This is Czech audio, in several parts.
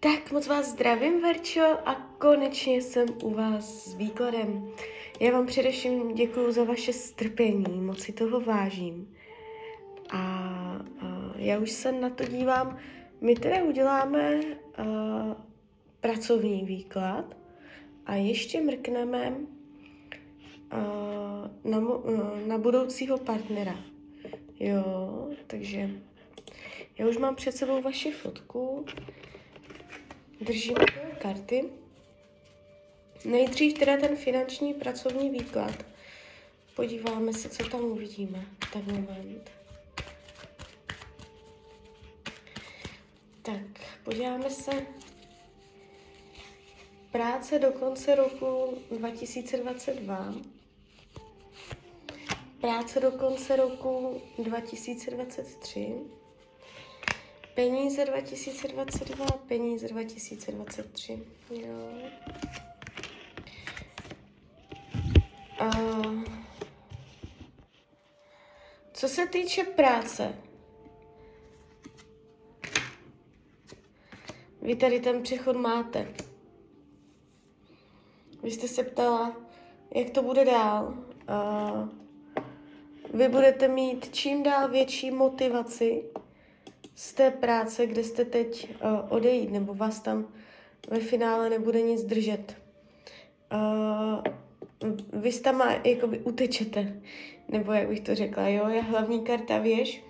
Tak moc vás zdravím, Verčo, a konečně jsem u vás s výkladem. Já vám především děkuju za vaše strpení, moc si toho vážím. A já už se na to dívám. My teda uděláme pracovní výklad a ještě mrkneme na budoucího partnera. Jo, takže já už mám před sebou vaši fotku. Držím karty. Nejdřív teda ten finanční pracovní výklad. Podíváme se, co tam uvidíme. Tak moment. Tak, podíváme se. Práce do konce roku 2022. Práce do konce roku 2023. Peníze 2022, peníze 2023. Jo. Co se týče práce, vy tady ten přechod máte. Vy jste se ptala, jak to bude dál. Vy budete mít čím dál větší motivaci z té práce, kde jste teď odejít, nebo vás tam ve finále nebude nic držet. Vy tam jakoby utečete, nebo jak bych to řekla, jo, je hlavní karta věž.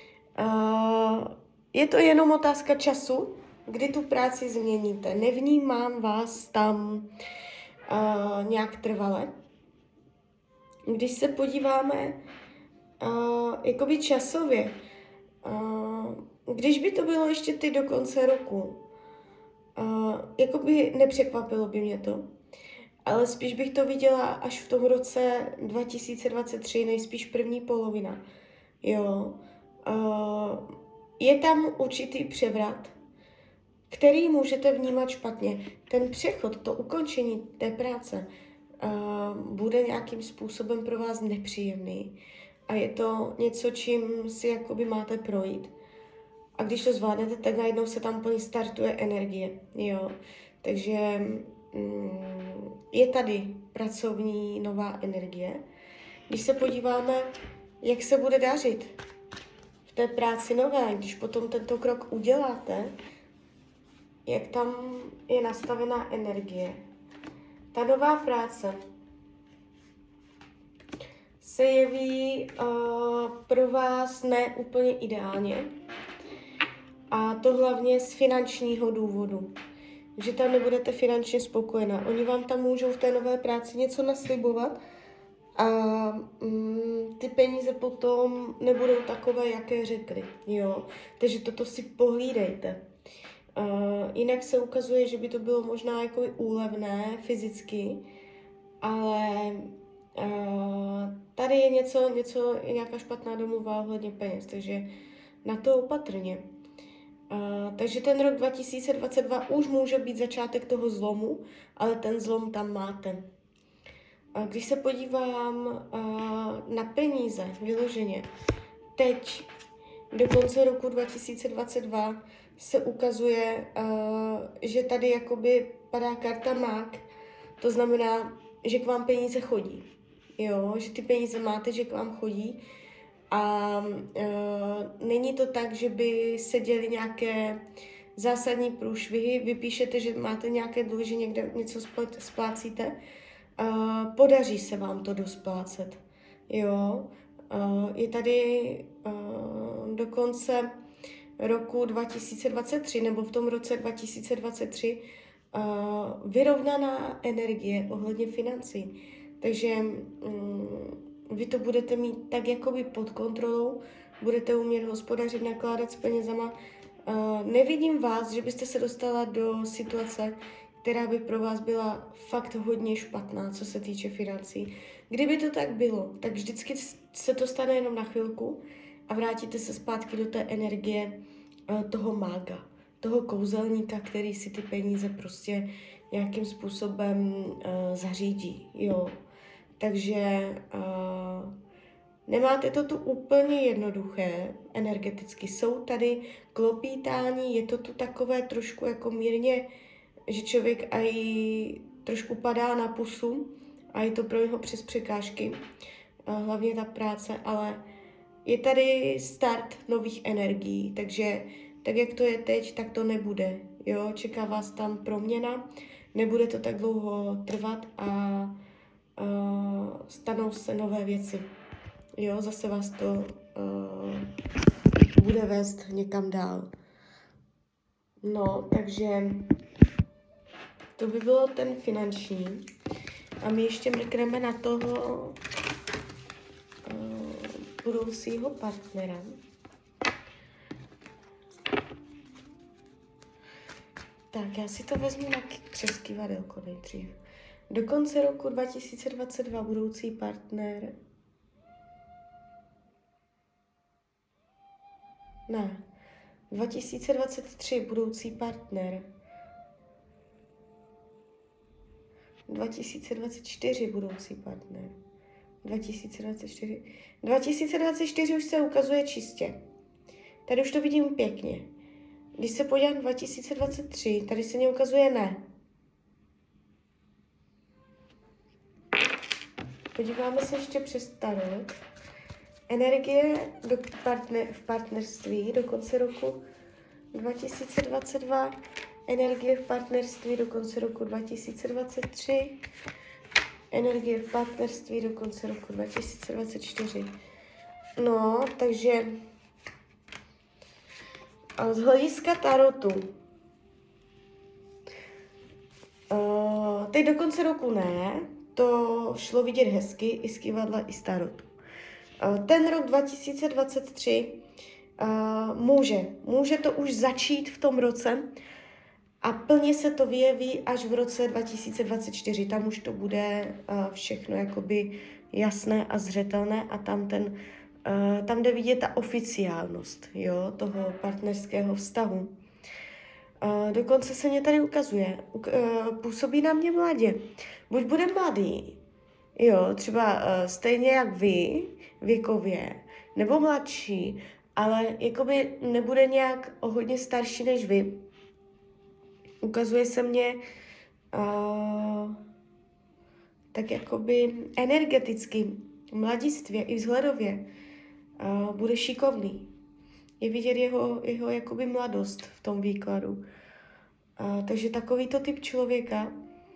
Je to jenom otázka času, kdy tu práci změníte. Nevnímám vás tam nějak trvale. Když se podíváme jakoby časově, když by to bylo ještě ty do konce roku, jakoby nepřekvapilo by mě to, ale spíš bych to viděla až v tom roce 2023, nejspíš první polovina. Jo. Je tam určitý převrat, který můžete vnímat špatně. Ten přechod, to ukončení té práce bude nějakým způsobem pro vás nepříjemný. A je to něco, čím si jakoby máte projít. A když to zvládnete, tak najednou se tam plně startuje energie. Jo. Takže je tady pracovní nová energie. Když se podíváme, jak se bude dařit v té práci nové, když potom tento krok uděláte, jak tam je nastavená energie. Ta nová práce se jeví pro vás ne úplně ideálně. A to hlavně z finančního důvodu. Že tam nebudete finančně spokojená. Oni vám tam můžou v té nové práci něco naslibovat a ty peníze potom nebudou takové, jaké řekli. Jo? Takže toto si pohlídejte. Jinak se ukazuje, že by to bylo možná jako úlevné fyzicky, ale tady je nějaká špatná domluva ohledně peněz, takže na to opatrně. Takže ten rok 2022 už může být začátek toho zlomu, ale ten zlom tam máte. Když se podívám na peníze vyloženě, teď do konce roku 2022 se ukazuje, že tady jakoby padá karta mák, to znamená, že k vám peníze chodí. Jo, že ty peníze máte, že k vám chodí. A není to tak, že by se děly nějaké zásadní průšvihy. Vy píšete, že máte nějaké dluhy, že někde něco splácíte. Podaří se vám to dosplácet. Jo? Je tady do konce roku 2023 nebo v tom roce 2023 vyrovnaná energie ohledně financí. Takže vy to budete mít tak jakoby pod kontrolou, budete umět hospodařit, nakládat s penězama. Nevidím vás, že byste se dostala do situace, která by pro vás byla fakt hodně špatná, co se týče financí. Kdyby to tak bylo, tak vždycky se to stane jenom na chvilku a vrátíte se zpátky do té energie toho mága, toho kouzelníka, který si ty peníze prostě nějakým způsobem zařídí. Jo. Takže Nemáte to tu úplně jednoduché, energeticky. Jsou tady klopítání, je to tu takové trošku jako mírně, že člověk aj trošku padá na pusu a je to pro něho přes překážky, hlavně ta práce, ale je tady start nových energií, takže tak, jak to je teď, tak to nebude. Jo? Čeká vás tam proměna, nebude to tak dlouho trvat a stanou se nové věci. Jo, zase vás to bude vést někam dál. No, takže to by bylo ten finanční. A my ještě mrkneme na toho budoucího partnera. Tak, já si to vezmu přes kyvadelko nejdřív. Do konce roku 2022 budoucí partner. Ne. 2023 budoucí partner. 2024 budoucí partner. 2024 už se ukazuje čistě. Tady už to vidím pěkně. Když se podívám 2023, tady se mě ukazuje ne. Podíváme se ještě přes tarot. Energie v partnerství do konce roku 2022. Energie v partnerství do konce roku 2023. Energie v partnerství do konce roku 2024. No, takže a z hlediska tarotu. Teď do konce roku ne, to šlo vidět hezky i z kyvadla, i z tarotu. Ten rok 2023 může to už začít v tom roce a plně se to vyjeví až v roce 2024. Tam už to bude všechno jakoby jasné a zřetelné a tam jde vidět ta oficiálnost, jo, toho partnerského vztahu. Dokonce se mě tady ukazuje, působí na mě mladě. Buď bude mladý, jo, třeba stejně jak vy, věkově, nebo mladší, ale jakoby nebude nějak o hodně starší než vy. Ukazuje se mně tak jakoby energeticky, mladistvě i vzhledově bude šikovný. Je vidět jeho jakoby mladost v tom výkladu. Takže takovýto typ člověka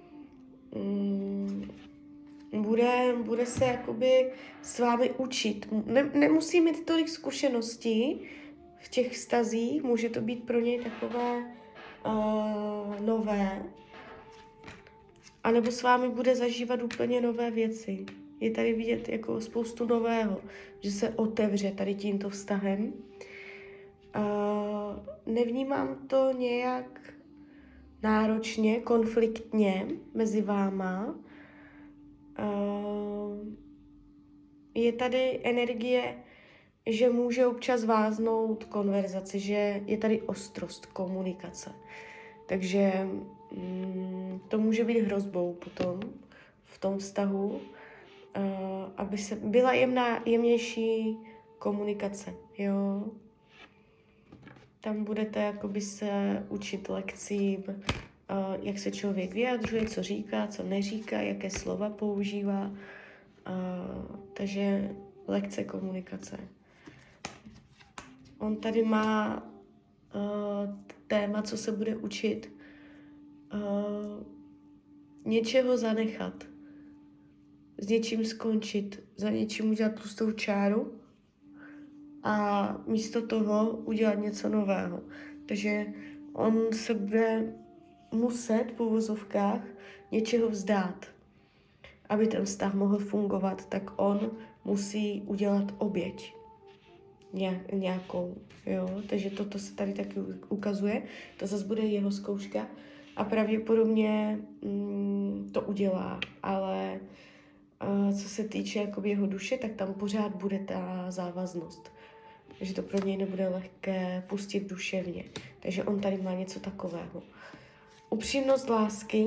bude se jakoby s vámi učit. Nemusí mít tolik zkušeností v těch vztazích, může to být pro něj takové nové, anebo s vámi bude zažívat úplně nové věci. Je tady vidět jako spoustu nového, že se otevře tady tímto vztahem. Nevnímám to nějak náročně, konfliktně mezi váma. Je tady energie, že může občas váznout konverzace, že je tady ostrost komunikace. Takže to může být hrozbou potom v tom vztahu, aby se byla jemnější komunikace, jo. Tam budete jakoby se učit lekcím, jak se člověk vyjadřuje, co říká, co neříká, jaké slova používá. Takže lekce komunikace. On tady má téma, co se bude učit. Něčeho zanechat. S něčím skončit. Za něčím udělat tlustou čáru. A místo toho udělat něco nového. Takže on se bude muset v uvozovkách něčeho vzdát. Aby ten vztah mohl fungovat, tak on musí udělat oběť. Nějakou, jo. Takže toto se tady taky ukazuje. To zase bude jeho zkouška a pravděpodobně to udělá. Ale co se týče jakoby jeho duše, tak tam pořád bude ta závaznost. Takže to pro něj nebude lehké pustit duševně. Takže on tady má něco takového. Upřímnost lásky.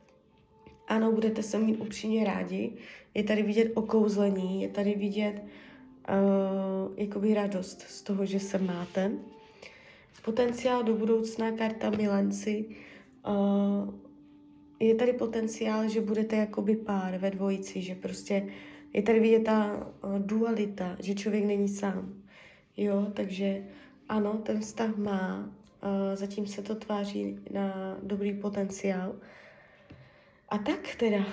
Ano, budete se mít upřímně rádi. Je tady vidět okouzlení, je tady vidět jakoby radost z toho, že se máte. Potenciál do budoucna, karta milenci. Je tady potenciál, že budete jakoby pár ve dvojici, že prostě je tady vidět ta dualita, že člověk není sám. Jo, takže ano, ten vztah má, zatím se to tváří na dobrý potenciál. A tak teda,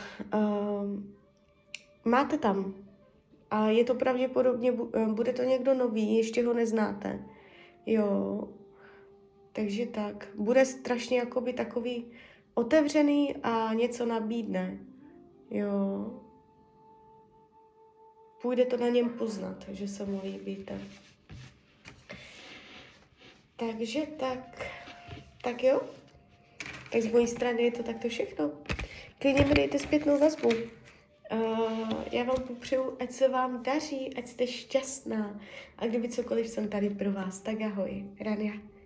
máte tam. A je to pravděpodobně, bude to někdo nový, ještě ho neznáte. Jo, takže tak. Bude strašně jakoby takový otevřený a něco nabídne. Jo. Půjde to na něm poznat, že se mu líbíte. Takže tak. Tak jo. Tak z mojí strany je to takto všechno. Klidně mi dejte zpětnou vazbu. Já vám popřeju, ať se vám daří, ať jste šťastná. A kdyby cokoliv jsem tady pro vás, tak ahoj. Rania.